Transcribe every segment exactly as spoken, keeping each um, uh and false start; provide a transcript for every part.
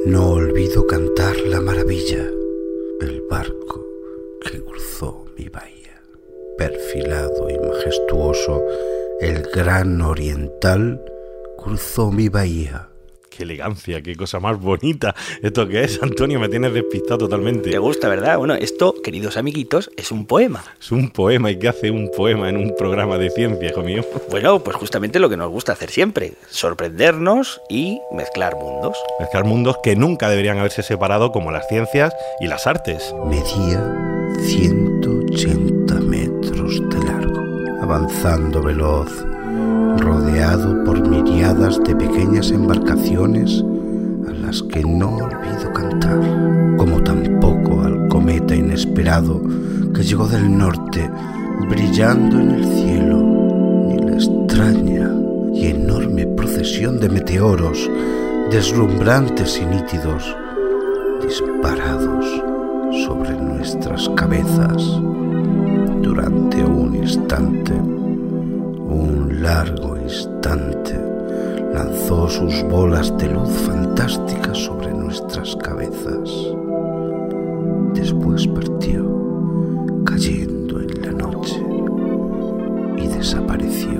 No olvido cantar la maravilla, el barco que cruzó mi bahía. Perfilado y majestuoso, el gran oriental cruzó mi bahía. ¡Qué elegancia! ¡Qué cosa más bonita! ¿Esto qué es, Antonio? Me tienes despistado totalmente. ¿Te gusta, verdad? Bueno, esto, queridos amiguitos, es un poema. Es un poema. ¿Y qué hace un poema en un programa de ciencia, hijo mío? Bueno, pues justamente lo que nos gusta hacer siempre. Sorprendernos y mezclar mundos. Mezclar mundos que nunca deberían haberse separado, como las ciencias y las artes. Medía ciento ochenta metros de largo, avanzando veloz, rodeado por miriadas de pequeñas embarcaciones a las que no olvido cantar, como tampoco al cometa inesperado que llegó del norte, brillando en el cielo, ni la extraña y enorme procesión de meteoros, deslumbrantes y nítidos, disparados sobre nuestras cabezas durante un instante. Un largo instante lanzó sus bolas de luz fantásticas sobre nuestras cabezas. Después partió, cayendo en la noche, y desapareció.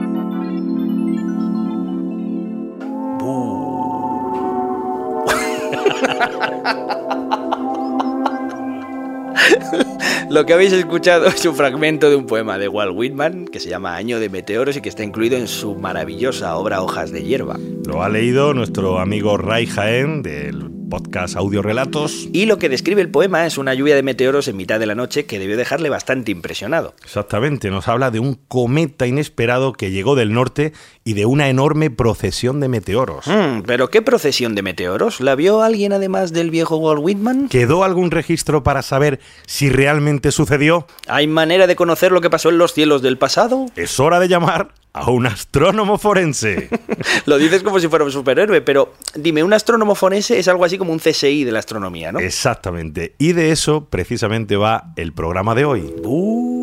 Lo que habéis escuchado es un fragmento de un poema de Walt Whitman que se llama Año de Meteoros y que está incluido en su maravillosa obra Hojas de Hierba. Lo ha leído nuestro amigo Ray Jaén del podcast Audio Relatos. Y lo que describe el poema es una lluvia de meteoros en mitad de la noche que debió dejarle bastante impresionado. Exactamente, nos habla de un cometa inesperado que llegó del norte y de una enorme procesión de meteoros. Mm, ¿Pero qué procesión de meteoros? ¿La vio alguien además del viejo Walt Whitman? ¿Quedó algún registro para saber si realmente sucedió? ¿Hay manera de conocer lo que pasó en los cielos del pasado? Es hora de llamar a un astrónomo forense. Lo dices como si fuera un superhéroe, pero dime, un astrónomo forense es algo así como un C S I de la astronomía, ¿no? Exactamente. Y de eso precisamente va el programa de hoy. Uh.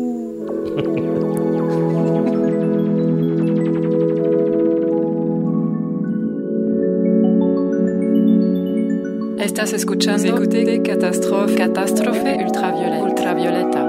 Estás escuchando de Catástrofe, Catástrofe Ultravioleta. Ultravioleta.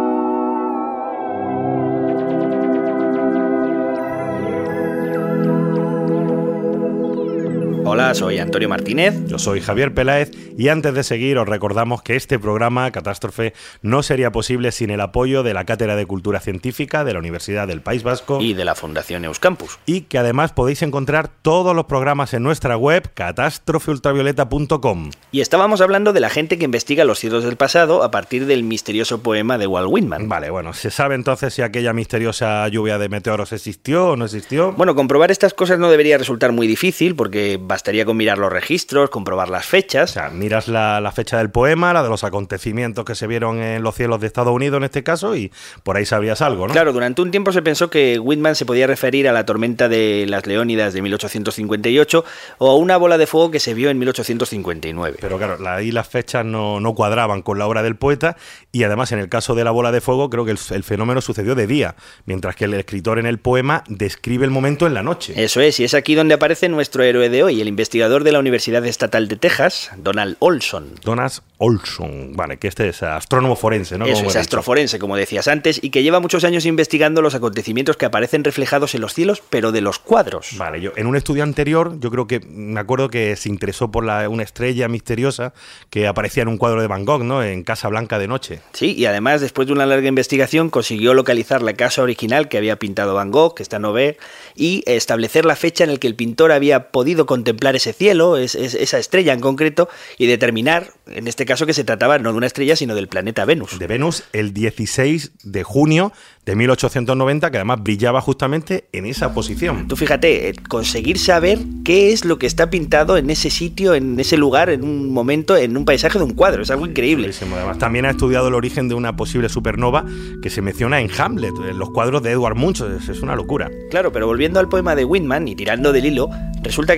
Hola, soy Antonio Martínez. Yo soy Javier Peláez y antes de seguir os recordamos que este programa, Catástrofe, no sería posible sin el apoyo de la Cátedra de Cultura Científica de la Universidad del País Vasco y de la Fundación Euskampus. Y que además podéis encontrar todos los programas en nuestra web catástrofe ultravioleta punto com. Y estábamos hablando de la gente que investiga los cielos del pasado a partir del misterioso poema de Walt Whitman. Vale, bueno, ¿se sabe entonces si aquella misteriosa lluvia de meteoros existió o no existió? Bueno, comprobar estas cosas no debería resultar muy difícil porque bastaría con mirar los registros, comprobar las fechas. O sea, miras la, la fecha del poema, la de los acontecimientos que se vieron en los cielos de Estados Unidos en este caso, y por ahí sabrías algo, ¿no? Claro, durante un tiempo se pensó que Whitman se podía referir a la tormenta de las Leónidas de mil ochocientos cincuenta y ocho o a una bola de fuego que se vio en mil ochocientos cincuenta y nueve. Pero claro, ahí las fechas no, no cuadraban con la obra del poeta y además en el caso de la bola de fuego creo que el, el fenómeno sucedió de día, mientras que el escritor en el poema describe el momento en la noche. Eso es, y es aquí donde aparece nuestro héroe de hoy, el investigador de la Universidad Estatal de Texas, Donald Olson. Donald Olson, vale, que este es astrónomo forense, ¿no? Eso es, astroforense, como decías antes, y que lleva muchos años investigando los acontecimientos que aparecen reflejados en los cielos, pero de los cuadros. Vale, yo en un estudio anterior, yo creo que me acuerdo que se interesó por la, una estrella misteriosa que aparecía en un cuadro de Van Gogh, ¿no? En Casa Blanca de noche. Sí, y además, después de una larga investigación, consiguió localizar la casa original que había pintado Van Gogh, que está en Auvers, y establecer la fecha en la que el pintor había podido contemplar ese cielo, es, es, esa estrella en concreto, y determinar, en este caso, que se trataba no de una estrella, sino del planeta Venus. De Venus, el dieciséis de junio de mil ochocientos noventa, que además brillaba justamente en esa posición. Tú fíjate, conseguir saber qué es lo que está pintado en ese sitio, en ese lugar, en un momento, en un paisaje de un cuadro, es algo increíble. Además, también ha estudiado el origen de una posible supernova que se menciona en Hamlet, en los cuadros de Edvard Munch, es, es una locura. Claro, pero volviendo al poema de Whitman y tirando del hilo, resulta que nuestro amigo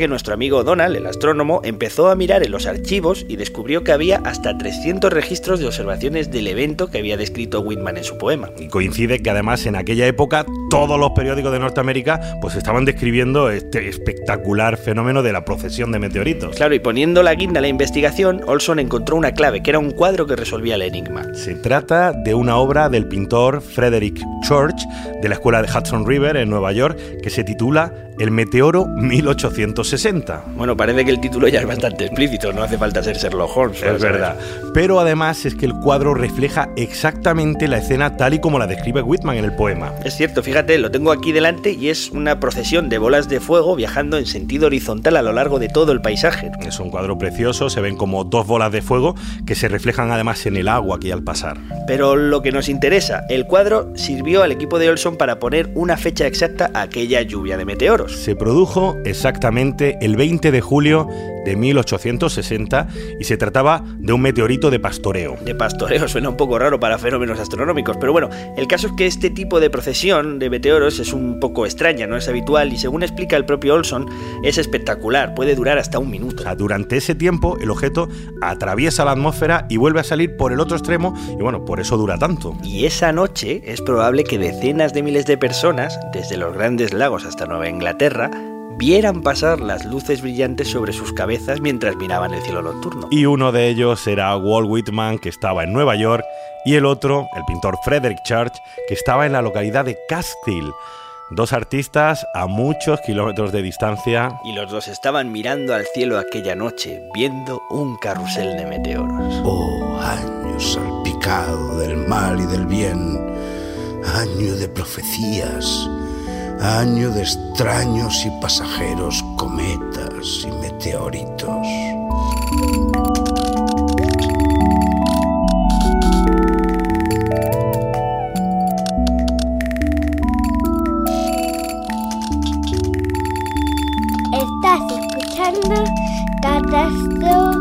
amigo Donald, el astrónomo, empezó a mirar en los archivos y descubrió que había hasta trescientos registros de observaciones del evento que había descrito Whitman en su poema. Y coincide que además en aquella época todos los periódicos de Norteamérica pues estaban describiendo este espectacular fenómeno de la procesión de meteoritos. Claro, y poniendo la guinda a la investigación, Olson encontró una clave, que era un cuadro que resolvía el enigma. Se trata de una obra del pintor Frederick Church, de la escuela de Hudson River en Nueva York, que se titula El meteoro mil ochocientos sesenta. Bueno, parece que el título ya es bastante explícito, no hace falta ser Sherlock Holmes. Es verdad. Pero además es que el cuadro refleja exactamente la escena tal y como la describe Whitman en el poema. Es cierto, fíjate, lo tengo aquí delante y es una procesión de bolas de fuego viajando en sentido horizontal a lo largo de todo el paisaje. Es un cuadro precioso, se ven como dos bolas de fuego que se reflejan además en el agua aquí al pasar. Pero lo que nos interesa, el cuadro sirvió al equipo de Olson para poner una fecha exacta a aquella lluvia de meteoros. Se produjo exactamente el veinte de julio de mil ochocientos sesenta y se trataba de un meteorito de pastoreo. De pastoreo suena un poco raro para fenómenos astronómicos, pero bueno, el caso es que este tipo de procesión de meteoros es un poco extraña, no es habitual y según explica el propio Olson, es espectacular, puede durar hasta un minuto. O sea, durante ese tiempo el objeto atraviesa la atmósfera y vuelve a salir por el otro extremo y bueno, por eso dura tanto. Y esa noche es probable que decenas de miles de personas, desde los Grandes Lagos hasta Nueva Inglaterra, vieran pasar las luces brillantes sobre sus cabezas mientras miraban el cielo nocturno. Y uno de ellos era Walt Whitman, que estaba en Nueva York, y el otro, el pintor Frederick Church, que estaba en la localidad de Catskill. Dos artistas a muchos kilómetros de distancia. Y los dos estaban mirando al cielo aquella noche, viendo un carrusel de meteoros. Oh, año salpicado del mal y del bien, año de profecías, año de extraños y pasajeros cometas y meteoritos. Estás escuchando Catástrofe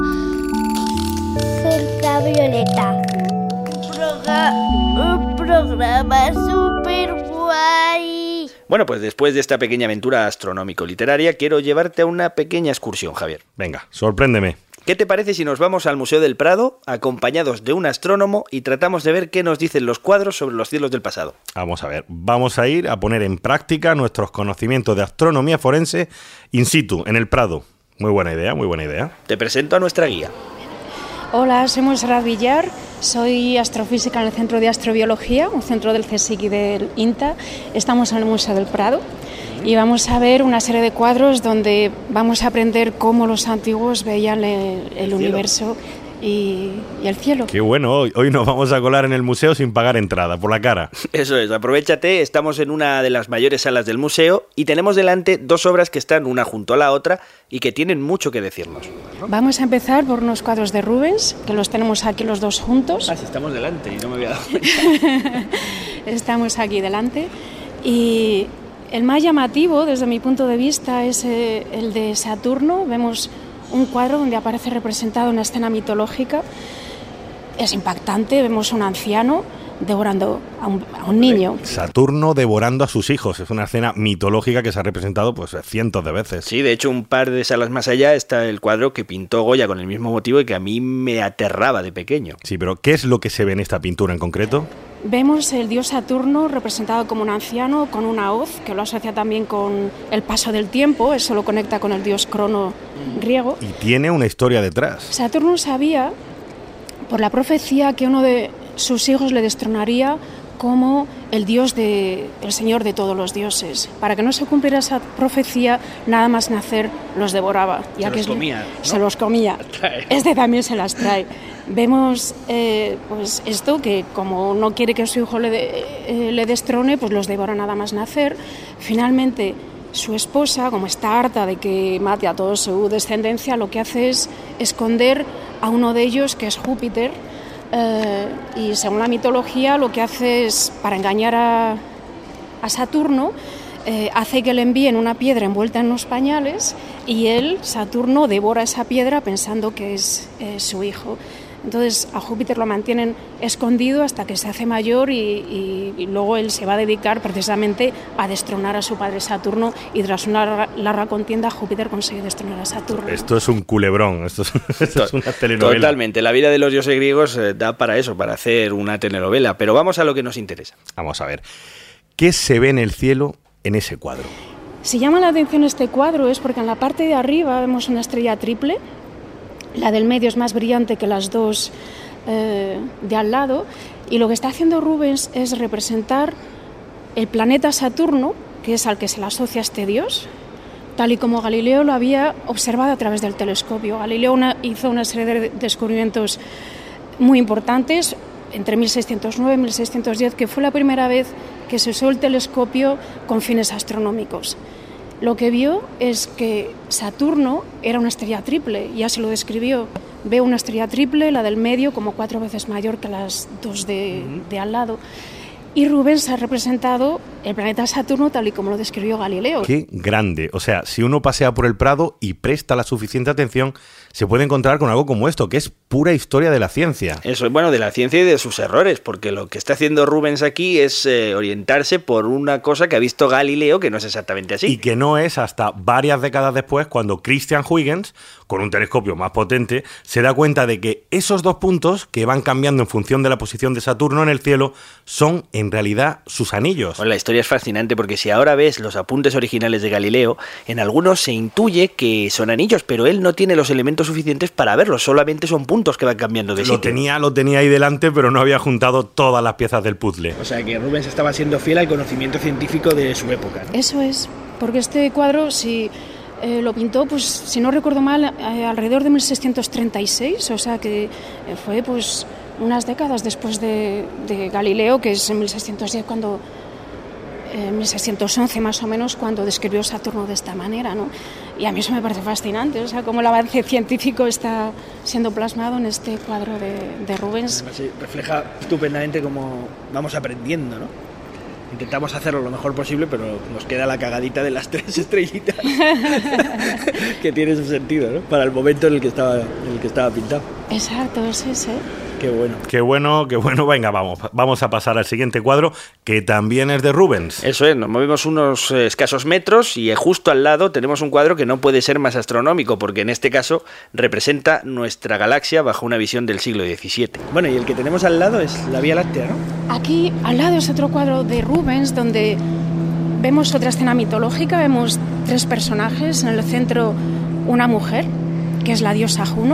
Ultravioleta, un, proga- un programa súper guay. Bueno, pues después de esta pequeña aventura astronómico-literaria, quiero llevarte a una pequeña excursión, Javier. Venga, sorpréndeme. ¿Qué te parece si nos vamos al Museo del Prado, acompañados de un astrónomo, y tratamos de ver qué nos dicen los cuadros sobre los cielos del pasado? Vamos a ver, vamos a ir a poner en práctica nuestros conocimientos de astronomía forense in situ, en el Prado. Muy buena idea, muy buena idea. Te presento a nuestra guía. Hola, soy Montserrat Villar, soy astrofísica en el Centro de Astrobiología, un centro del CSIC y del INTA. Estamos en el Museo del Prado y vamos a ver una serie de cuadros donde vamos a aprender cómo los antiguos veían el, el universo y, y el cielo. Qué bueno, hoy, hoy nos vamos a colar en el museo sin pagar entrada, por la cara. Eso es, aprovéchate, estamos en una de las mayores salas del museo y tenemos delante dos obras que están una junto a la otra y que tienen mucho que decirnos. Vamos a empezar por unos cuadros de Rubens, que los tenemos aquí los dos juntos. Ah, sí, estamos delante y no me había dado cuenta. Estamos aquí delante y el más llamativo desde mi punto de vista es eh, el de Saturno. Vemos un cuadro donde aparece representado una escena mitológica. Es impactante, vemos un anciano devorando a un, a un niño. Saturno devorando a sus hijos. Es una escena mitológica que se ha representado pues cientos de veces. Sí, de hecho, un par de salas más allá está el cuadro que pintó Goya con el mismo motivo y que a mí me aterraba de pequeño. Sí, pero ¿qué es lo que se ve en esta pintura en concreto? Vemos el dios Saturno representado como un anciano con una hoz, que lo asocia también con el paso del tiempo, eso lo conecta con el dios Crono griego. Y tiene una historia detrás. Saturno sabía, por la profecía, que uno de sus hijos le destronaría como el dios de, el señor de todos los dioses. Para que no se cumpliera esa profecía, nada más nacer los devoraba. Ya se que los comía, ¿no? Se los comía. Este también se las trae. Vemos eh, pues esto, que como no quiere que su hijo le, de, eh, le destrone, pues los devora nada más nacer. Finalmente, su esposa, como está harta de que mate a toda su descendencia, lo que hace es esconder a uno de ellos, que es Júpiter, eh, y según la mitología lo que hace es, para engañar a, a Saturno, eh, hace que le envíen una piedra envuelta en unos pañales y él, Saturno, devora esa piedra pensando que es eh, su hijo. Entonces a Júpiter lo mantienen escondido hasta que se hace mayor y, y, y luego él se va a dedicar precisamente a destronar a su padre Saturno, y tras una larga, larga contienda Júpiter consigue destronar a Saturno. Esto es un culebrón, esto es, esto es una telenovela. Totalmente, la vida de los dioses griegos eh, da para eso, para hacer una telenovela, pero vamos a lo que nos interesa. Vamos a ver, ¿qué se ve en el cielo en ese cuadro? Si llama la atención este cuadro es porque en la parte de arriba vemos una estrella triple. La del medio es más brillante que las dos eh, de al lado, y lo que está haciendo Rubens es representar el planeta Saturno, que es al que se le asocia este dios, tal y como Galileo lo había observado a través del telescopio. Galileo una, hizo una serie de descubrimientos muy importantes entre mil seiscientos nueve y mil seiscientos diez, que fue la primera vez que se usó el telescopio con fines astronómicos. Lo que vio es que Saturno era una estrella triple, ya se lo describió. Ve una estrella triple, la del medio, como cuatro veces mayor que las dos de, de al lado. Y Rubens ha representado el planeta Saturno tal y como lo describió Galileo. ¡Qué grande! O sea, si uno pasea por el Prado y presta la suficiente atención, se puede encontrar con algo como esto, que es pura historia de la ciencia. Eso es bueno, de la ciencia y de sus errores, porque lo que está haciendo Rubens aquí es eh, orientarse por una cosa que ha visto Galileo, que no es exactamente así. Y que no es hasta varias décadas después cuando Christian Huygens, con un telescopio más potente, se da cuenta de que esos dos puntos, que van cambiando en función de la posición de Saturno en el cielo, son en realidad sus anillos. Bueno, la historia es fascinante porque si ahora ves los apuntes originales de Galileo, en algunos se intuye que son anillos, pero él no tiene los elementos suficientes para verlos, solamente son puntos que van cambiando de sitio. Lo tenía, lo tenía ahí delante, pero no había juntado todas las piezas del puzzle. O sea que Rubens estaba siendo fiel al conocimiento científico de su época, ¿no? Eso es, porque este cuadro, si eh, lo pintó, pues si no recuerdo mal, eh, alrededor de mil seiscientos treinta y seis, o sea que eh, fue pues unas décadas después de, de Galileo, que es en mil seiscientos diez cuando... en mil seiscientos once más o menos, cuando describió Saturno de esta manera, ¿no? Y a mí eso me parece fascinante, o sea, cómo el avance científico está siendo plasmado en este cuadro de, de Rubens. Además, sí, refleja estupendamente cómo vamos aprendiendo, ¿no? Intentamos hacerlo lo mejor posible, pero nos queda la cagadita de las tres estrellitas que tiene su sentido, ¿no? Para el momento en el que estaba, en el que estaba pintado. Exacto, es ese. Qué bueno. Qué bueno, qué bueno. Venga, vamos, vamos a pasar al siguiente cuadro, que también es de Rubens. Eso es, nos movemos unos eh, escasos metros y justo al lado tenemos un cuadro que no puede ser más astronómico, porque en este caso representa nuestra galaxia bajo una visión del siglo diecisiete. Bueno, y el que tenemos al lado es la Vía Láctea, ¿no? Aquí al lado es otro cuadro de Rubens donde vemos otra escena mitológica, vemos tres personajes, en el centro una mujer, que es la diosa Juno.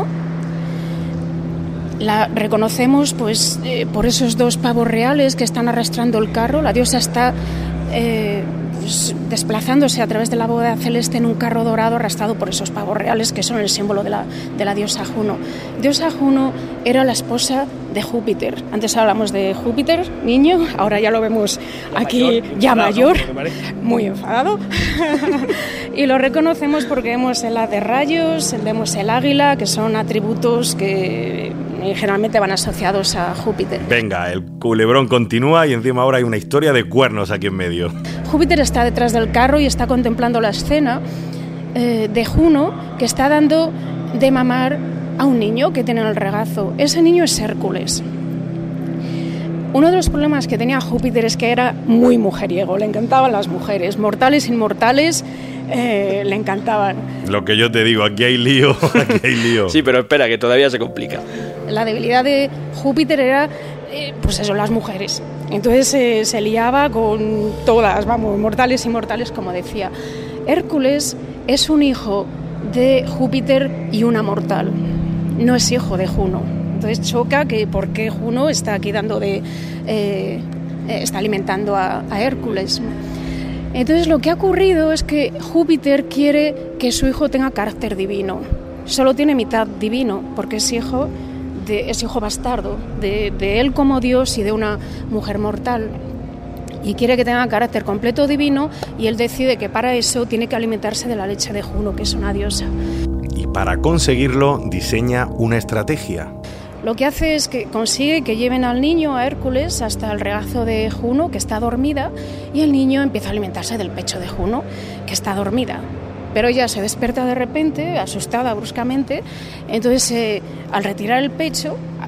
La reconocemos pues eh, por esos dos pavos reales que están arrastrando el carro. La diosa está eh, pues, desplazándose a través de la bóveda celeste en un carro dorado arrastrado por esos pavos reales que son el símbolo de la, de la diosa Juno. Diosa Juno era la esposa de Júpiter. Antes hablamos de Júpiter, niño, ahora ya lo vemos aquí mayor, ya enfadado, mayor, ¿no? muy enfadado. Y lo reconocemos porque vemos el haz de rayos, vemos el águila, que son atributos que generalmente van asociados a Júpiter. Venga, el culebrón continúa y encima ahora hay una historia de cuernos aquí en medio. Júpiter está detrás del carro y está contemplando la escena eh, de Juno, que está dando de mamar a un niño que tiene en el regazo. Ese niño es Hércules. Uno de los problemas que tenía Júpiter es que era muy mujeriego, le encantaban las mujeres, mortales, inmortales, eh, le encantaban. Lo que yo te digo, aquí hay lío, aquí hay lío. Sí, pero espera, que todavía se complica. La debilidad de Júpiter era, eh, pues eso, las mujeres. Entonces eh, se liaba con todas, vamos, mortales, inmortales, como decía. Hércules es un hijo de Júpiter y una mortal, no es hijo de Juno. Entonces choca que por qué Juno está aquí dando de eh, está alimentando a, a Hércules. Entonces lo que ha ocurrido es que Júpiter quiere que su hijo tenga carácter divino. Solo tiene mitad divino porque es hijo de, es hijo bastardo de, de él como Dios y de una mujer mortal. Y quiere que tenga carácter completo divino y él decide que para eso tiene que alimentarse de la leche de Juno, que es una diosa. Y para conseguirlo diseña una estrategia. Lo que hace es que consigue que lleven al niño, a Hércules, hasta el regazo de Juno, que está dormida, y el niño empieza a alimentarse del pecho de Juno, que está dormida. Pero ella se despierta de repente, asustada bruscamente, entonces eh, al retirar el pecho,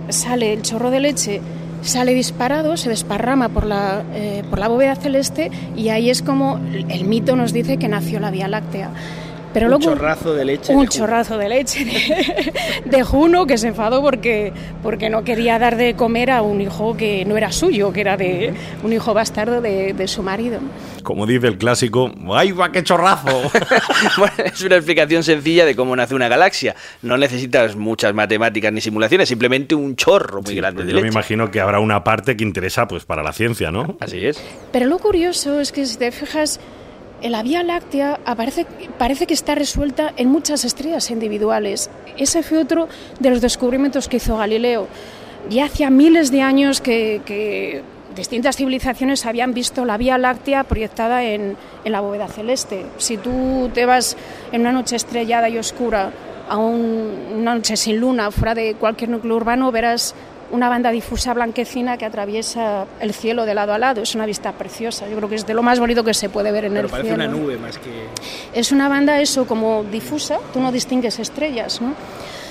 sale el chorro de leche, sale disparado, se desparrama por la, eh, por la bóveda celeste y ahí es como el mito nos dice que nació la Vía Láctea. Pero un luego, chorrazo de leche. Un de chorrazo de leche de, de Juno, que se enfadó porque, porque no quería dar de comer a un hijo que no era suyo, que era de un hijo bastardo de, de su marido. Como dice el clásico, ¡ay, va, qué chorrazo! Bueno, es una explicación sencilla de cómo nace una galaxia. No necesitas muchas matemáticas ni simulaciones, simplemente un chorro muy sí, grande de yo leche. Me imagino que habrá una parte que interesa pues para la ciencia, ¿no? Así es. Pero lo curioso es que si te fijas, la Vía Láctea aparece, parece que está resuelta en muchas estrellas individuales. Ese fue otro de los descubrimientos que hizo Galileo. Ya hacía miles de años que, que distintas civilizaciones habían visto la Vía Láctea proyectada en, en la bóveda celeste. Si tú te vas en una noche estrellada y oscura a un, una noche sin luna fuera de cualquier núcleo urbano, verás una banda difusa blanquecina que atraviesa el cielo de lado a lado. Es una vista preciosa, yo creo que es de lo más bonito que se puede ver en Pero el parece cielo. Una nube más que... Es una banda eso como difusa, tú no distingues estrellas, ¿no?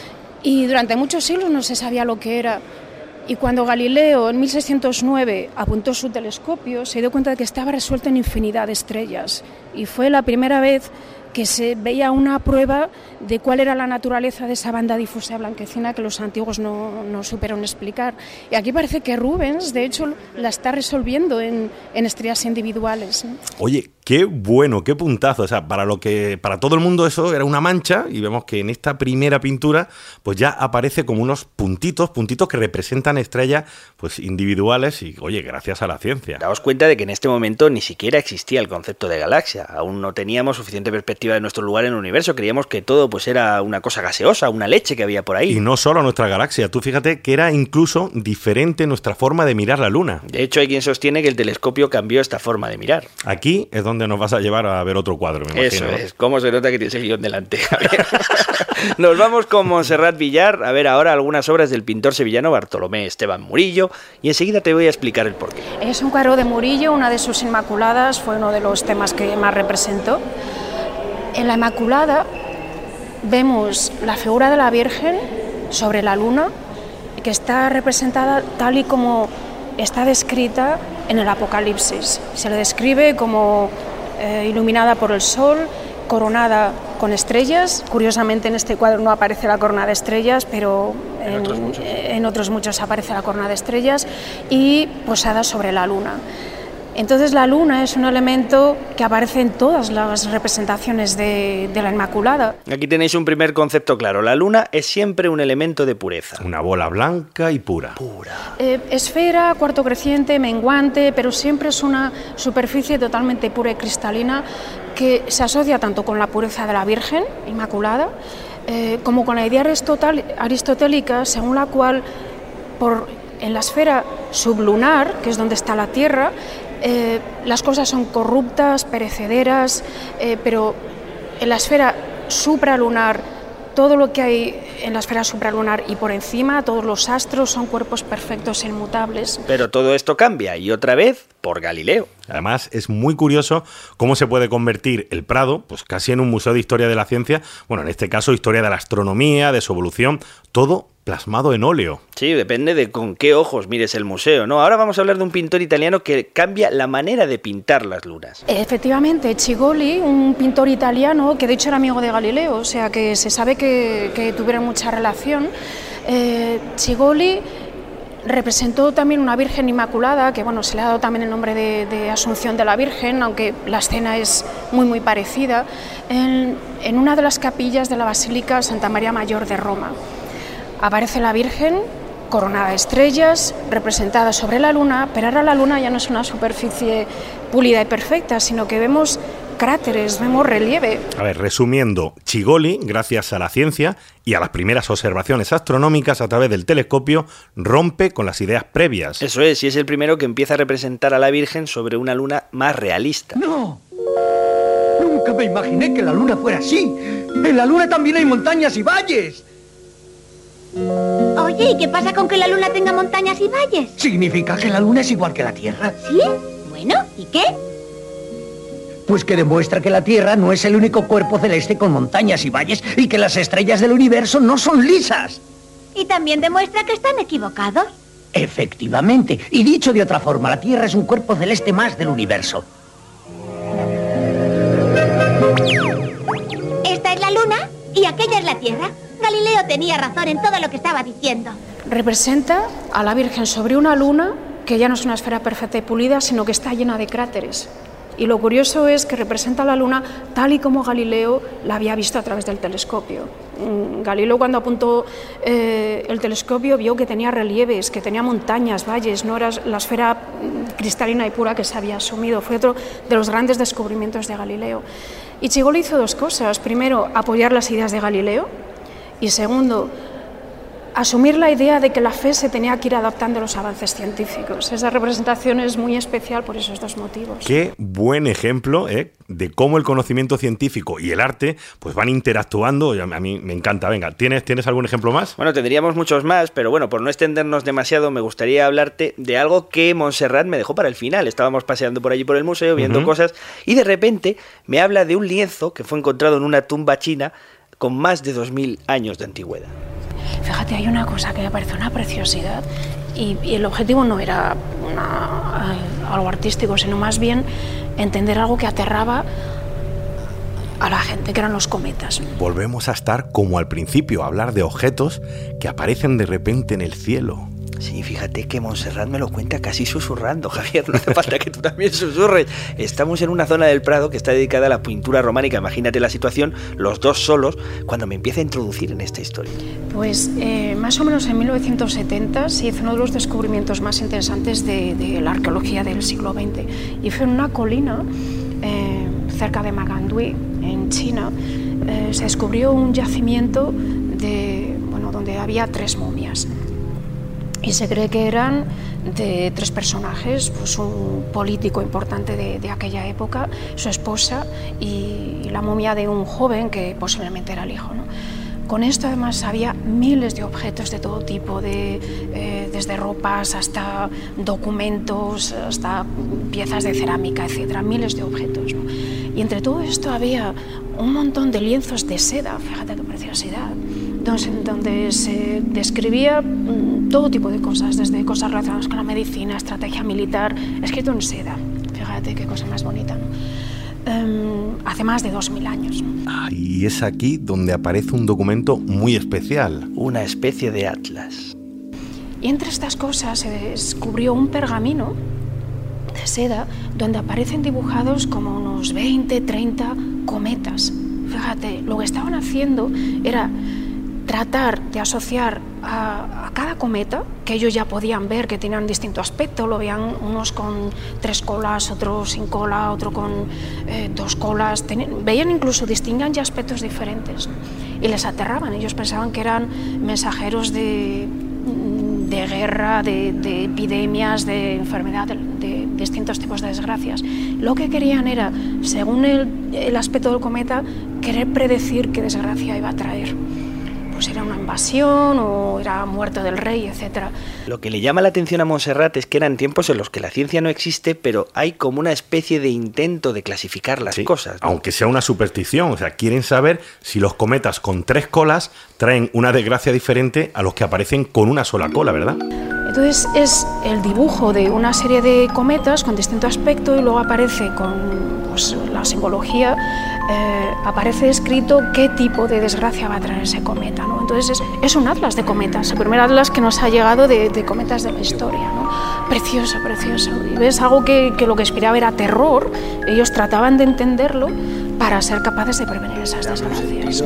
Y durante muchos siglos no se sabía lo que era. Y cuando Galileo en mil seiscientos nueve apuntó su telescopio, se dio cuenta de que estaba resuelto en infinidad de estrellas. Y fue la primera vez que se veía una prueba de cuál era la naturaleza de esa banda difusa blanquecina que los antiguos no, no supieron explicar. Y aquí parece que Rubens, de hecho, la está resolviendo en, en estrellas individuales, ¿no? Oye, qué bueno, qué puntazo. O sea, para lo que para todo el mundo eso era una mancha, y vemos que en esta primera pintura pues ya aparece como unos puntitos, puntitos que representan estrellas pues individuales y, oye, gracias a la ciencia. Daos cuenta de que en este momento ni siquiera existía el concepto de galaxia. Aún no teníamos suficiente perspectiva de nuestro lugar en el universo. Creíamos que todo pues era una cosa gaseosa, una leche que había por ahí. Y no solo nuestra galaxia. Tú fíjate que era incluso diferente nuestra forma de mirar la Luna. De hecho, hay quien sostiene que el telescopio cambió esta forma de mirar. Aquí es donde nos vas a llevar a ver otro cuadro, me imagino. Eso es. ¿Cómo se nota que tienes el guión delante? Nos vamos con Montserrat Villar a ver ahora algunas obras del pintor sevillano Bartolomé Esteban Murillo y enseguida te voy a explicar el porqué. Es un cuadro de Murillo, una de sus Inmaculadas, fue uno de los temas que más representó. En la Inmaculada vemos la figura de la Virgen sobre la luna, que está representada tal y como está descrita en el Apocalipsis. Se le describe como eh, iluminada por el sol, coronada con estrellas. Curiosamente en este cuadro no aparece la corona de estrellas, pero en, en, otros, muchos. en otros muchos aparece la corona de estrellas, y posada sobre la luna. Entonces la luna es un elemento que aparece en todas las representaciones de, de la Inmaculada. Aquí tenéis un primer concepto claro. La luna es siempre un elemento de pureza. Una bola blanca y pura. Pura. Eh, esfera, cuarto creciente, menguante, pero siempre es una superficie totalmente pura y cristalina que se asocia tanto con la pureza de la Virgen Inmaculada eh, como con la idea aristotélica según la cual por, en la esfera sublunar, que es donde está la Tierra, Eh, las cosas son corruptas, perecederas, eh, pero en la esfera supralunar, todo lo que hay en la esfera supralunar y por encima, todos los astros son cuerpos perfectos e inmutables. Pero todo esto cambia, y otra vez por Galileo. Además, es muy curioso cómo se puede convertir el Prado pues casi en un museo de historia de la ciencia, bueno, en este caso historia de la astronomía, de su evolución, todo plasmado en óleo. Sí, depende de con qué ojos mires el museo, ¿no? Ahora vamos a hablar de un pintor italiano que cambia la manera de pintar las lunas. Efectivamente, Cigoli, un pintor italiano que de hecho era amigo de Galileo, o sea que se sabe que, que tuvieron mucha relación. Eh, Cigoli representó también una Virgen Inmaculada, que bueno, se le ha dado también el nombre de, de Asunción de la Virgen, aunque la escena es muy muy parecida, en, en una de las capillas de la Basílica Santa María Mayor de Roma. Aparece la Virgen coronada de estrellas, representada sobre la luna, pero ahora la luna ya no es una superficie pulida y perfecta, sino que vemos cráteres, vemos relieve. A ver, resumiendo, Cigoli, gracias a la ciencia y a las primeras observaciones astronómicas a través del telescopio, rompe con las ideas previas. Eso es, y es el primero que empieza a representar a la Virgen sobre una luna más realista. ¡No! Nunca me imaginé que la luna fuera así. En la luna también hay montañas y valles. Oye, ¿y qué pasa con que la luna tenga montañas y valles? Significa que la luna es igual que la Tierra. ¿Sí? Bueno, ¿y qué? Pues que demuestra que la Tierra no es el único cuerpo celeste con montañas y valles y que las estrellas del universo no son lisas. Y también demuestra que están equivocados. Efectivamente. Y dicho de otra forma, la Tierra es un cuerpo celeste más del universo. Esta es la Luna y aquella es la Tierra. Galileo tenía razón en todo lo que estaba diciendo. Representa a la Virgen sobre una luna que ya no es una esfera perfecta y pulida, sino que está llena de cráteres. Y lo curioso es que representa a la Luna tal y como Galileo la había visto a través del telescopio. Galileo, cuando apuntó eh, el telescopio, vio que tenía relieves, que tenía montañas, valles, no era la esfera cristalina y pura que se había asumido. Fue otro de los grandes descubrimientos de Galileo. Y Cigoli hizo dos cosas. Primero, apoyar las ideas de Galileo. Y segundo, asumir la idea de que la fe se tenía que ir adaptando a los avances científicos. Esa representación es muy especial por esos dos motivos. Qué buen ejemplo ¿eh? de cómo el conocimiento científico y el arte pues van interactuando. A mí me encanta. Venga, ¿tienes, ¿tienes algún ejemplo más? Bueno, tendríamos muchos más, pero bueno, por no extendernos demasiado, me gustaría hablarte de algo que Montserrat me dejó para el final. Estábamos paseando por allí por el museo, viendo uh-huh. cosas, y de repente me habla de un lienzo que fue encontrado en una tumba china con más de dos mil años de antigüedad. Fíjate, hay una cosa que me parece una preciosidad y, y el objetivo no era una, algo artístico, sino más bien entender algo que aterraba a la gente, que eran los cometas. Volvemos a estar como al principio, a hablar de objetos que aparecen de repente en el cielo. Sí, fíjate que Montserrat me lo cuenta casi susurrando, Javier, no hace falta que tú también susurres. Estamos en una zona del Prado que está dedicada a la pintura románica. Imagínate la situación, los dos solos, cuando me empieza a introducir en esta historia. Pues eh, más o menos en mil novecientos setenta se hizo uno de los descubrimientos más interesantes de, de la arqueología del siglo veinte. Y fue en una colina eh, cerca de Magandui, en China, eh, se descubrió un yacimiento de, bueno, donde había tres momias. Y se cree que eran de tres personajes, pues un político importante de, de aquella época, su esposa y, y la momia de un joven que posiblemente era el hijo, ¿no? Con esto además había miles de objetos de todo tipo, de, eh, desde ropas hasta documentos, hasta piezas de cerámica, etcétera, miles de objetos, ¿no? Y entre todo esto había un montón de lienzos de seda, fíjate qué preciosidad, donde se describía todo tipo de cosas, desde cosas relacionadas con la medicina, estrategia militar, escrito en seda. Fíjate qué cosa más bonita, ¿no? Um, hace más de dos mil años. Ah, y es aquí donde aparece un documento muy especial. Una especie de atlas. Y entre estas cosas se descubrió un pergamino de seda donde aparecen dibujados como unos veinte, treinta cometas. Fíjate, lo que estaban haciendo era tratar de asociar a, a cada cometa, que ellos ya podían ver que tenían distinto aspecto, lo veían unos con tres colas, otros sin cola, otro con eh, dos colas, tenían, veían incluso, distinguían ya aspectos diferentes y les aterraban. Ellos pensaban que eran mensajeros de, de guerra, de, de epidemias, de enfermedad, de, de distintos tipos de desgracias. Lo que querían era, según el, el aspecto del cometa, querer predecir qué desgracia iba a traer. Pues era una invasión o era muerte del rey, etcétera. Lo que le llama la atención a Montserrat es que eran tiempos en los que la ciencia no existe, pero hay como una especie de intento de clasificar las sí, cosas, ¿no? Aunque sea una superstición, o sea, quieren saber si los cometas con tres colas traen una desgracia diferente a los que aparecen con una sola cola, ¿verdad? Entonces es el dibujo de una serie de cometas con distinto aspecto y luego aparece con pues, la simbología, eh, aparece escrito qué tipo de desgracia va a traer ese cometa, ¿no? Entonces es, es un atlas de cometas, el primer atlas que nos ha llegado de, de cometas de la historia, ¿no? Precioso, precioso. Y ves algo que, que lo que inspiraba era terror, ellos trataban de entenderlo para ser capaces de prevenir esas desgracias.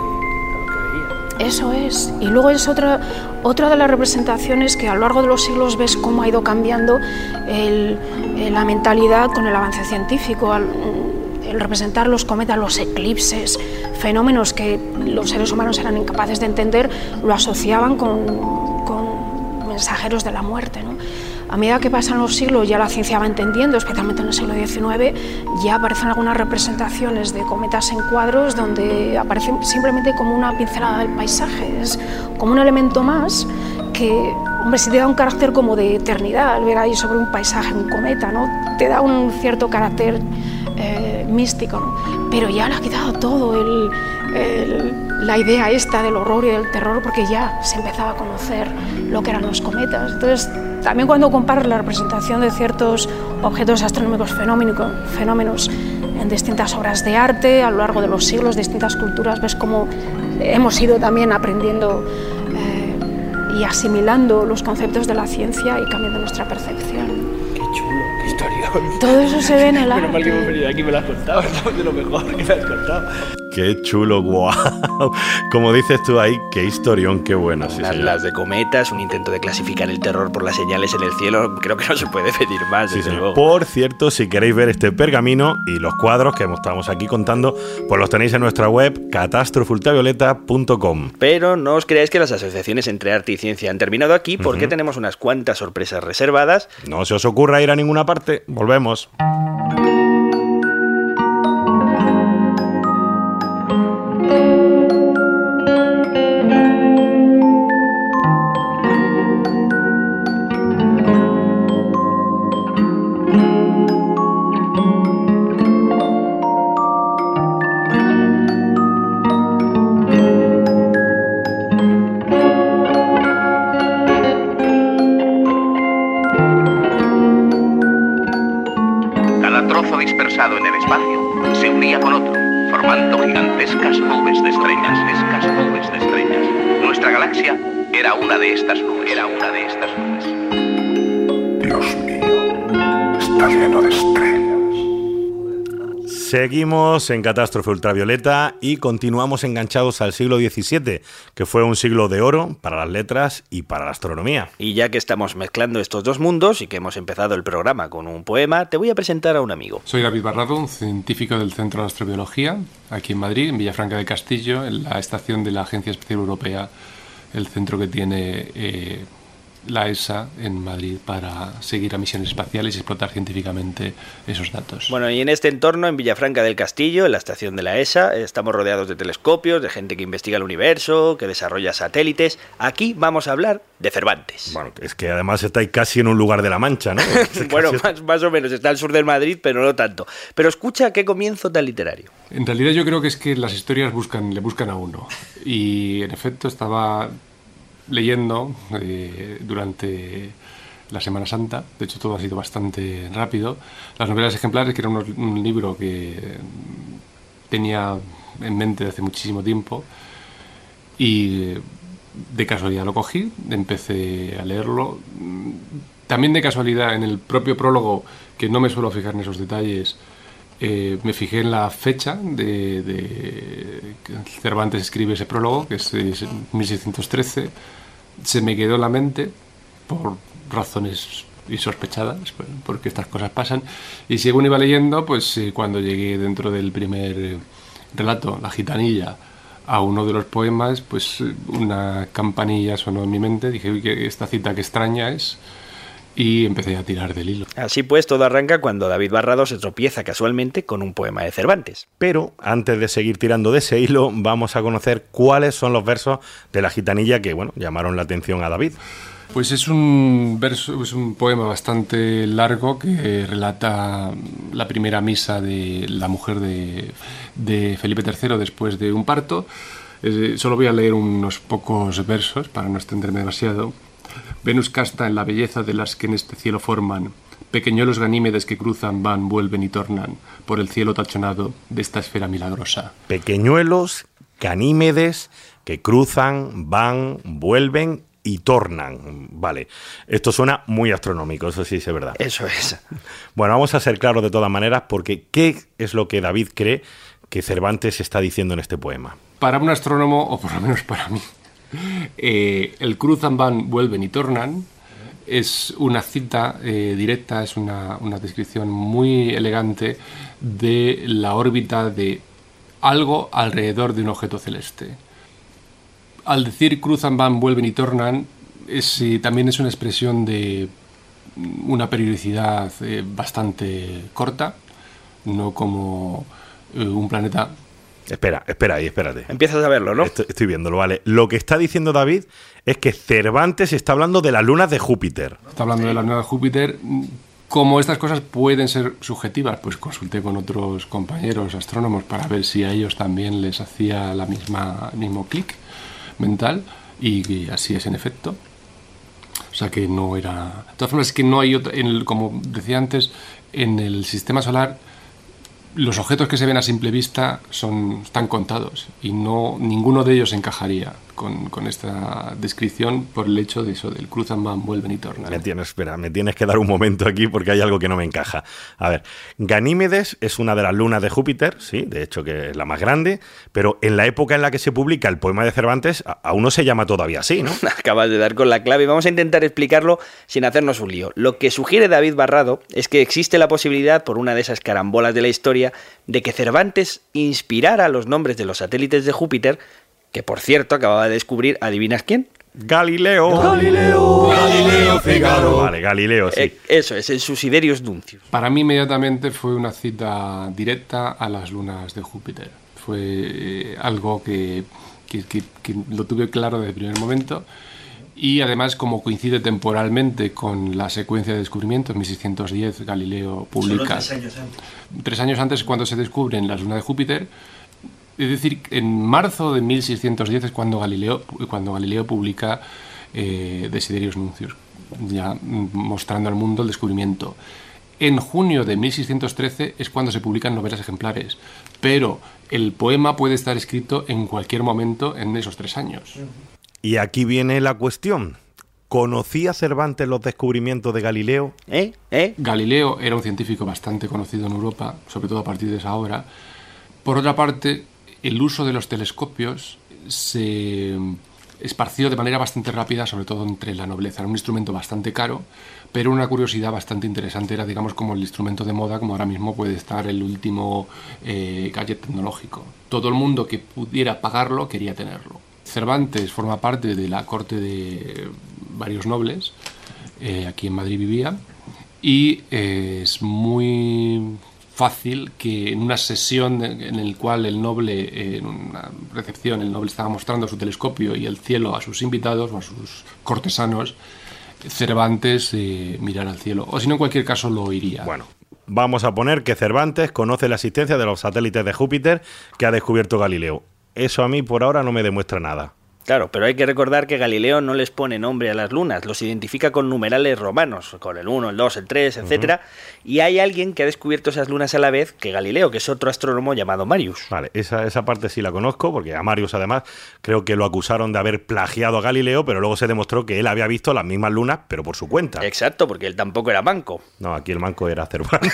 Eso es. Y luego es otra, otra de las representaciones que a lo largo de los siglos ves cómo ha ido cambiando el, la mentalidad con el avance científico, el, el representar los cometas, los eclipses, fenómenos que los seres humanos eran incapaces de entender, lo asociaban con, con mensajeros de la muerte, ¿no? A medida que pasan los siglos ya la ciencia va entendiendo, especialmente en el siglo diecinueve, ya aparecen algunas representaciones de cometas en cuadros donde aparecen simplemente como una pincelada del paisaje, es como un elemento más que, hombre, si te da un carácter como de eternidad, al ver ahí sobre un paisaje un cometa, ¿no? Te da un cierto carácter eh, místico, ¿no? Pero ya le ha quitado todo el, el, la idea esta del horror y del terror, porque ya se empezaba a conocer lo que eran los cometas. Entonces, también cuando comparas la representación de ciertos objetos astronómicos fenómenos en distintas obras de arte a lo largo de los siglos, distintas culturas, ves cómo hemos ido también aprendiendo eh, y asimilando los conceptos de la ciencia y cambiando nuestra percepción. Qué chulo, qué historión. Todo eso se ve en el arte. Menos mal que hemos venido aquí y me lo has contado, estamos de lo mejor que me has contado. Qué chulo, guau. Como dices tú ahí, qué historión, qué bueno. Sí, las, sí, las de cometas, un intento de clasificar el terror por las señales en el cielo, creo que no se puede pedir más, sí, desde sí. luego. Por cierto, si queréis ver este pergamino y los cuadros que estamos aquí contando, pues los tenéis en nuestra web catástrofe ultravioleta punto com. Pero no os creáis que las asociaciones entre arte y ciencia han terminado aquí, porque uh-huh. tenemos unas cuantas sorpresas reservadas. No se os ocurra ir a ninguna parte, volvemos. En el espacio se unía con otro, formando gigantescas nubes de estrellas, escas nubes de estrellas. Nuestra galaxia era una de estas nubes, era una de estas nubes. Dios mío, está lleno de estrellas. Seguimos en Catástrofe Ultravioleta y continuamos enganchados al siglo diecisiete, que fue un siglo de oro para las letras y para la astronomía. Y ya que estamos mezclando estos dos mundos y que hemos empezado el programa con un poema, te voy a presentar a un amigo. Soy David Barrado, un científico del Centro de Astrobiología, aquí en Madrid, en Villafranca del Castillo, en la estación de la Agencia Espacial Europea, el centro que tiene eh, la E S A en Madrid para seguir a misiones espaciales y explotar científicamente esos datos. Bueno, y en este entorno, en Villafranca del Castillo, en la estación de la E S A, estamos rodeados de telescopios, de gente que investiga el universo, que desarrolla satélites. Aquí vamos a hablar de Cervantes. Bueno, es que además estáis casi en un lugar de la Mancha, ¿no? Bueno, más, más o menos, está al sur del Madrid, pero no tanto. Pero escucha qué comienzo tan literario. En realidad yo creo que es que las historias buscan, le buscan a uno. Y en efecto estaba leyendo eh, durante la Semana Santa, de hecho todo ha sido bastante rápido, las novelas ejemplares, que era un, un libro que tenía en mente desde muchísimo tiempo, y de casualidad lo cogí, empecé a leerlo. También de casualidad, en el propio prólogo, que no me suelo fijar en esos detalles, eh, me fijé en la fecha de, de que Cervantes escribe ese prólogo, que es, es mil seiscientos trece. Se me quedó en la mente por razones insospechadas, porque estas cosas pasan, y según iba leyendo, pues eh, cuando llegué dentro del primer eh, relato, La gitanilla, a uno de los poemas, pues una campanilla sonó en mi mente, dije, uy, que esta cita que extraña es, y empecé a tirar del hilo. Así pues, todo arranca cuando David Barrado se tropieza casualmente con un poema de Cervantes. Pero antes de seguir tirando de ese hilo, vamos a conocer cuáles son los versos de La gitanilla que, bueno, llamaron la atención a David. Pues es un verso, es un poema bastante largo que relata la primera misa de la mujer de, de Felipe tercero después de un parto. Eh, solo voy a leer unos pocos versos para no extenderme demasiado. Venus casta en la belleza de las que en este cielo forman, pequeñuelos ganímedes que cruzan, van, vuelven y tornan, por el cielo tachonado de esta esfera milagrosa. Pequeñuelos ganímedes que cruzan, van, vuelven y tornan. Vale, esto suena muy astronómico, eso sí es verdad. Eso es. Bueno, vamos a ser claros de todas maneras, porque ¿qué es lo que David cree que Cervantes está diciendo en este poema? Para un astrónomo, o por lo menos para mí, Eh, el cruzan, van, vuelven y tornan es una cita eh, directa, es una, una descripción muy elegante de la órbita de algo alrededor de un objeto celeste. Al decir cruzan, van, vuelven y tornan, es, eh, también es una expresión de una periodicidad eh, bastante corta, no como eh, un planeta. Espera, espera ahí, espérate. Empiezas a verlo, ¿no? Estoy, estoy viéndolo, vale. Lo que está diciendo David es que Cervantes está hablando de las lunas de Júpiter. Está hablando sí. de las lunas de Júpiter Como estas cosas pueden ser subjetivas, pues consulté con otros compañeros astrónomos para ver si a ellos también les hacía la misma, el mismo clic mental, y, y así es en efecto. O sea que no era... De todas formas, es que no hay otra... En el, como decía antes, en el sistema solar los objetos que se ven a simple vista son, están contados y no, ninguno de ellos encajaría con, con esta descripción por el hecho de eso, del cruzan, van, vuelven y tornan. Me tienes, espera, me tienes que dar un momento aquí porque hay algo que no me encaja. A ver, Ganímedes es una de las lunas de Júpiter, sí, de hecho que es la más grande, pero en la época en la que se publica el poema de Cervantes aún no se llama todavía así, ¿no? Acabas de dar con la clave y vamos a intentar explicarlo sin hacernos un lío. Lo que sugiere David Barrado es que existe la posibilidad, por una de esas carambolas de la historia, de que Cervantes inspirara los nombres de los satélites de Júpiter, que por cierto acababa de descubrir, ¿adivinas quién? Galileo. Galileo. Galileo Figaro. Vale, Galileo, sí. Eh, eso es, el Susiderius Nuncius. Para mí inmediatamente fue una cita directa a las lunas de Júpiter. Fue eh, algo que, que, que, que lo tuve claro desde el primer momento. Y además, como coincide temporalmente con la secuencia de descubrimientos, mil seiscientos diez Galileo publica... Solo tres años antes. Tres años antes es cuando se descubren las lunas de Júpiter. Es decir, en marzo de mil seiscientos diez es cuando Galileo, cuando Galileo publica eh, Desiderius Nuncius, ya mostrando al mundo el descubrimiento. En junio de mil seiscientos trece es cuando se publican novelas ejemplares, pero el poema puede estar escrito en cualquier momento en esos tres años. Y aquí viene la cuestión. ¿Conocía Cervantes los descubrimientos de Galileo? ¿Eh? ¿Eh? Galileo era un científico bastante conocido en Europa, sobre todo a partir de esa obra. Por otra parte, el uso de los telescopios se esparció de manera bastante rápida, sobre todo entre la nobleza. Era un instrumento bastante caro, pero una curiosidad bastante interesante. Era, digamos, como el instrumento de moda, como ahora mismo puede estar el último eh, gadget tecnológico. Todo el mundo que pudiera pagarlo quería tenerlo. Cervantes forma parte de la corte de varios nobles, eh, aquí en Madrid vivía, y eh, es muy fácil que en una sesión en la cual el noble, eh, en una recepción, el noble estaba mostrando su telescopio y el cielo a sus invitados o a sus cortesanos, Cervantes eh, mirara al cielo, o si no, en cualquier caso lo oiría. Bueno, vamos a poner que Cervantes conoce la existencia de los satélites de Júpiter que ha descubierto Galileo. Eso a mí por ahora no me demuestra nada. Claro, pero hay que recordar que Galileo no les pone nombre a las lunas, los identifica con numerales romanos, con el uno, el dos, el tres, etcétera. Uh-huh. Y hay alguien que ha descubierto esas lunas a la vez que Galileo, que es otro astrónomo llamado Marius. Vale, esa, esa parte sí la conozco, porque a Marius además creo que lo acusaron de haber plagiado a Galileo, pero luego se demostró que él había visto las mismas lunas, pero por su cuenta. Exacto, porque él tampoco era manco. No, aquí el manco era Cervantes.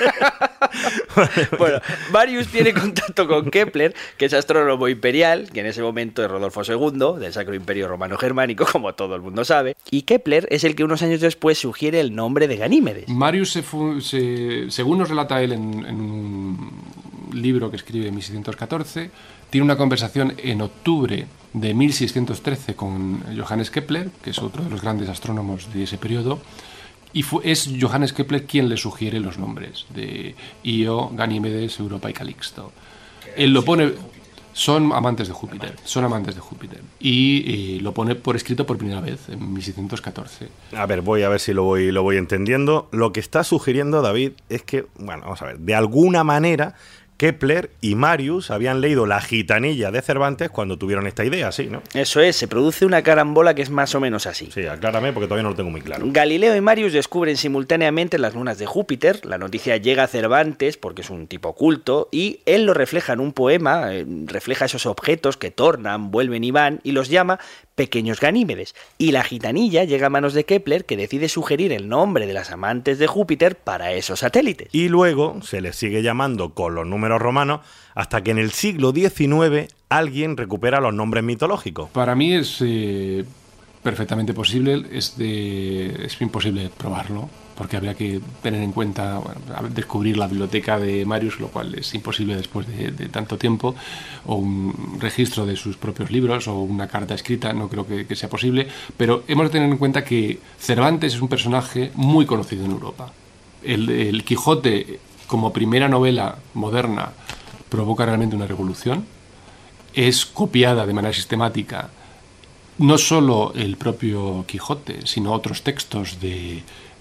Bueno, Marius tiene contacto con Kepler, que es astrónomo imperial, que en ese momento es Rodolfo segundo, del Sacro Imperio Romano Germánico, como todo el mundo sabe, y Kepler es el que unos años después sugiere el nombre de Ganímedes. Marius, se fu- se, según nos relata él en, en un libro que escribe en mil seiscientos catorce, tiene una conversación en octubre de mil seiscientos trece con Johannes Kepler, que es otro de los grandes astrónomos de ese periodo, y fue, es Johannes Kepler quien le sugiere los nombres de Io, Ganímedes, Europa y Calixto. Él lo pone... Son amantes de Júpiter, son amantes de Júpiter. Y, y lo pone por escrito por primera vez, en mil seiscientos catorce. A ver, voy a ver si lo voy, lo voy entendiendo. Lo que está sugiriendo David es que, bueno, vamos a ver, de alguna manera Kepler y Marius habían leído La gitanilla de Cervantes cuando tuvieron esta idea, ¿sí, no? Eso es, se produce una carambola que es más o menos así. Sí, aclárame porque todavía no lo tengo muy claro. Galileo y Marius descubren simultáneamente las lunas de Júpiter, la noticia llega a Cervantes porque es un tipo culto, y él lo refleja en un poema, eh, refleja esos objetos que tornan, vuelven y van, y los llama pequeños Ganímedes. Y la gitanilla llega a manos de Kepler, que decide sugerir el nombre de las amantes de Júpiter para esos satélites. Y luego se les sigue llamando con los números romanos hasta que en el siglo diecinueve alguien recupera los nombres mitológicos. Para mí es eh, perfectamente posible, es, de, es imposible probarlo, porque habría que tener en cuenta, bueno, descubrir la biblioteca de Marius, lo cual es imposible después de, de tanto tiempo, o un registro de sus propios libros, o una carta escrita, no creo que, que sea posible, pero hemos de tener en cuenta que Cervantes es un personaje muy conocido en Europa. El, el Quijote, como primera novela moderna, provoca realmente una revolución, es copiada de manera sistemática, no solo el propio Quijote, sino otros textos de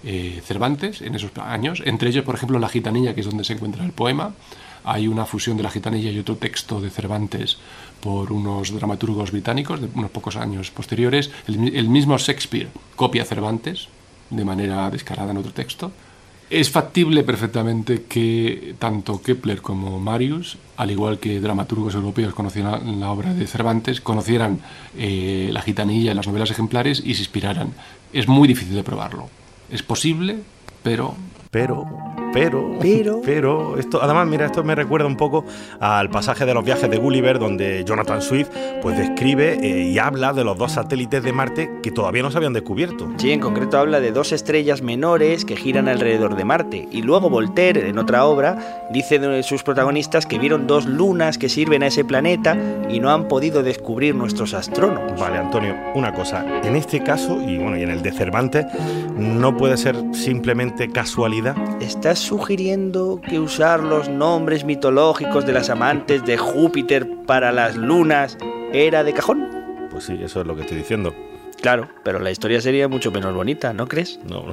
eh, Cervantes en esos años. Entre ellos, por ejemplo, La Gitanilla, que es donde se encuentra el poema. Hay una fusión de La Gitanilla y otro texto de Cervantes por unos dramaturgos británicos de unos pocos años posteriores. El, el mismo Shakespeare copia Cervantes de manera descarada en otro texto. Es factible perfectamente que tanto Kepler como Marius, al igual que dramaturgos europeos conocieran la obra de Cervantes, conocieran eh, La Gitanilla y las novelas ejemplares y se inspiraran. Es muy difícil de probarlo. Es posible, pero... Pero, pero, pero, pero, esto, además, mira, esto me recuerda un poco al pasaje de los viajes de Gulliver, donde Jonathan Swift, pues describe eh, y habla de los dos satélites de Marte que todavía no se habían descubierto. Sí, en concreto habla de dos estrellas menores que giran alrededor de Marte. Y luego Voltaire, en otra obra, dice de sus protagonistas que vieron dos lunas que sirven a ese planeta y no han podido descubrir nuestros astrónomos. Vale, Antonio, una cosa. En este caso, y bueno, y en el de Cervantes, no puede ser simplemente casualidad. ¿Estás sugiriendo que usar los nombres mitológicos de las amantes de Júpiter para las lunas era de cajón? Pues sí, eso es lo que estoy diciendo. Claro, pero la historia sería mucho menos bonita, ¿no crees? No.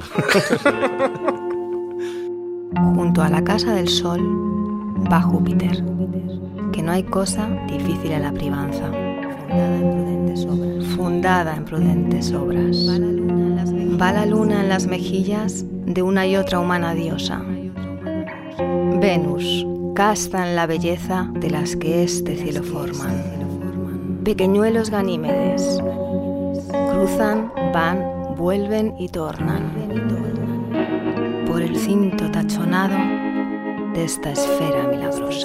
Junto a la casa del sol va Júpiter, que no hay cosa difícil en la privanza. Fundada en prudentes obras. Fundada en prudentes obras. Va la luna en las mejillas de una y otra humana diosa. Venus, casta en la belleza de las que este cielo forman. Pequeñuelos ganímedes, cruzan, van, vuelven y tornan por el cinto tachonado de esta esfera milagrosa.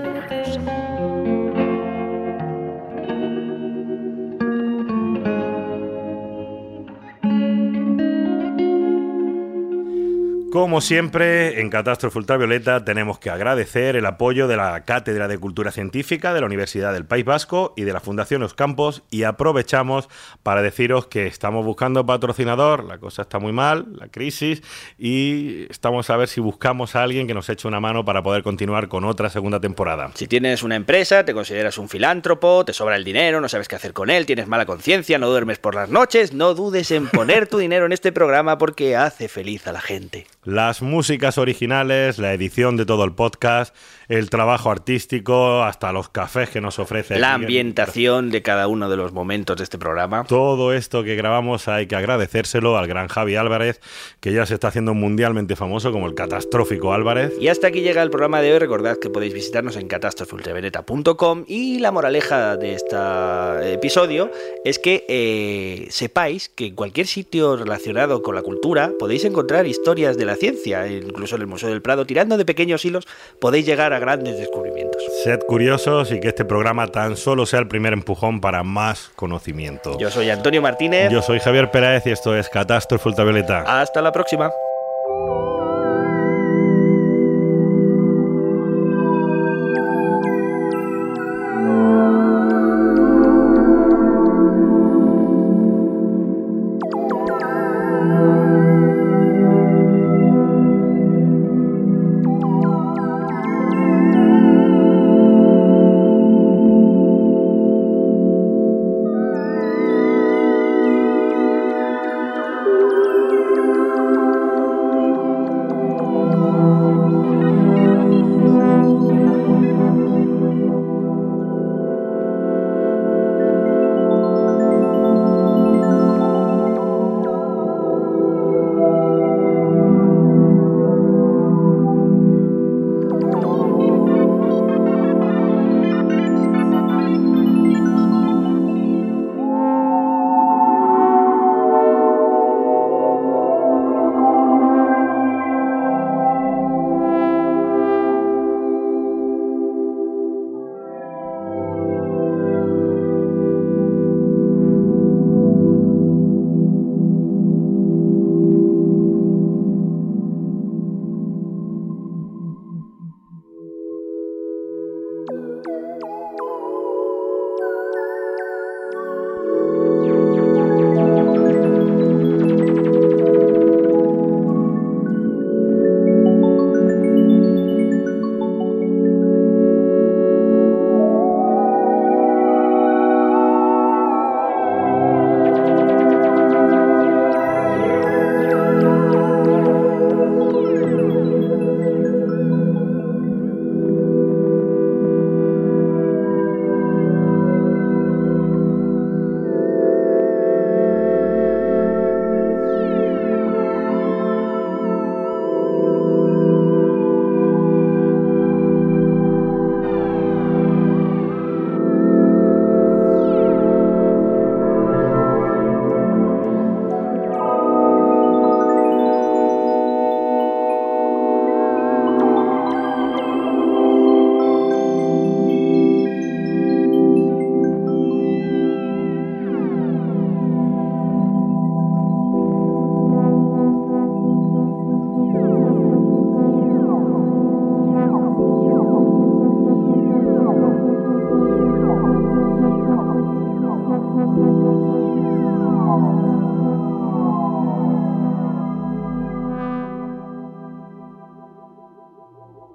Como siempre, en Catástrofe Ultravioleta tenemos que agradecer el apoyo de la Cátedra de Cultura Científica de la Universidad del País Vasco y de la Fundación Euskampos, y aprovechamos para deciros que estamos buscando patrocinador, la cosa está muy mal, la crisis, y estamos a ver si buscamos a alguien que nos eche una mano para poder continuar con otra segunda temporada. Si tienes una empresa, te consideras un filántropo, te sobra el dinero, no sabes qué hacer con él, tienes mala conciencia, no duermes por las noches, no dudes en poner tu dinero en este programa porque hace feliz a la gente. Las músicas originales, la edición de todo el podcast, el trabajo artístico, hasta los cafés que nos ofrece. La ambientación de cada uno de los momentos de este programa. Todo esto que grabamos hay que agradecérselo al gran Javi Álvarez, que ya se está haciendo mundialmente famoso como el catastrófico Álvarez. Y hasta aquí llega el programa de hoy. Recordad que podéis visitarnos en catástrofe ultravioleta punto com, y la moraleja de este episodio es que eh, sepáis que en cualquier sitio relacionado con la cultura podéis encontrar historias de la ciencia, incluso en el Museo del Prado, tirando de pequeños hilos podéis llegar a grandes descubrimientos. Sed curiosos y que este programa tan solo sea el primer empujón para más conocimiento. Yo soy Antonio Martínez. Yo soy Javier Pérez y esto es Catástrofe Ultravioleta. Hasta la próxima.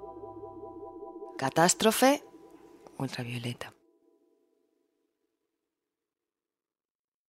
Catástrofe ultravioleta.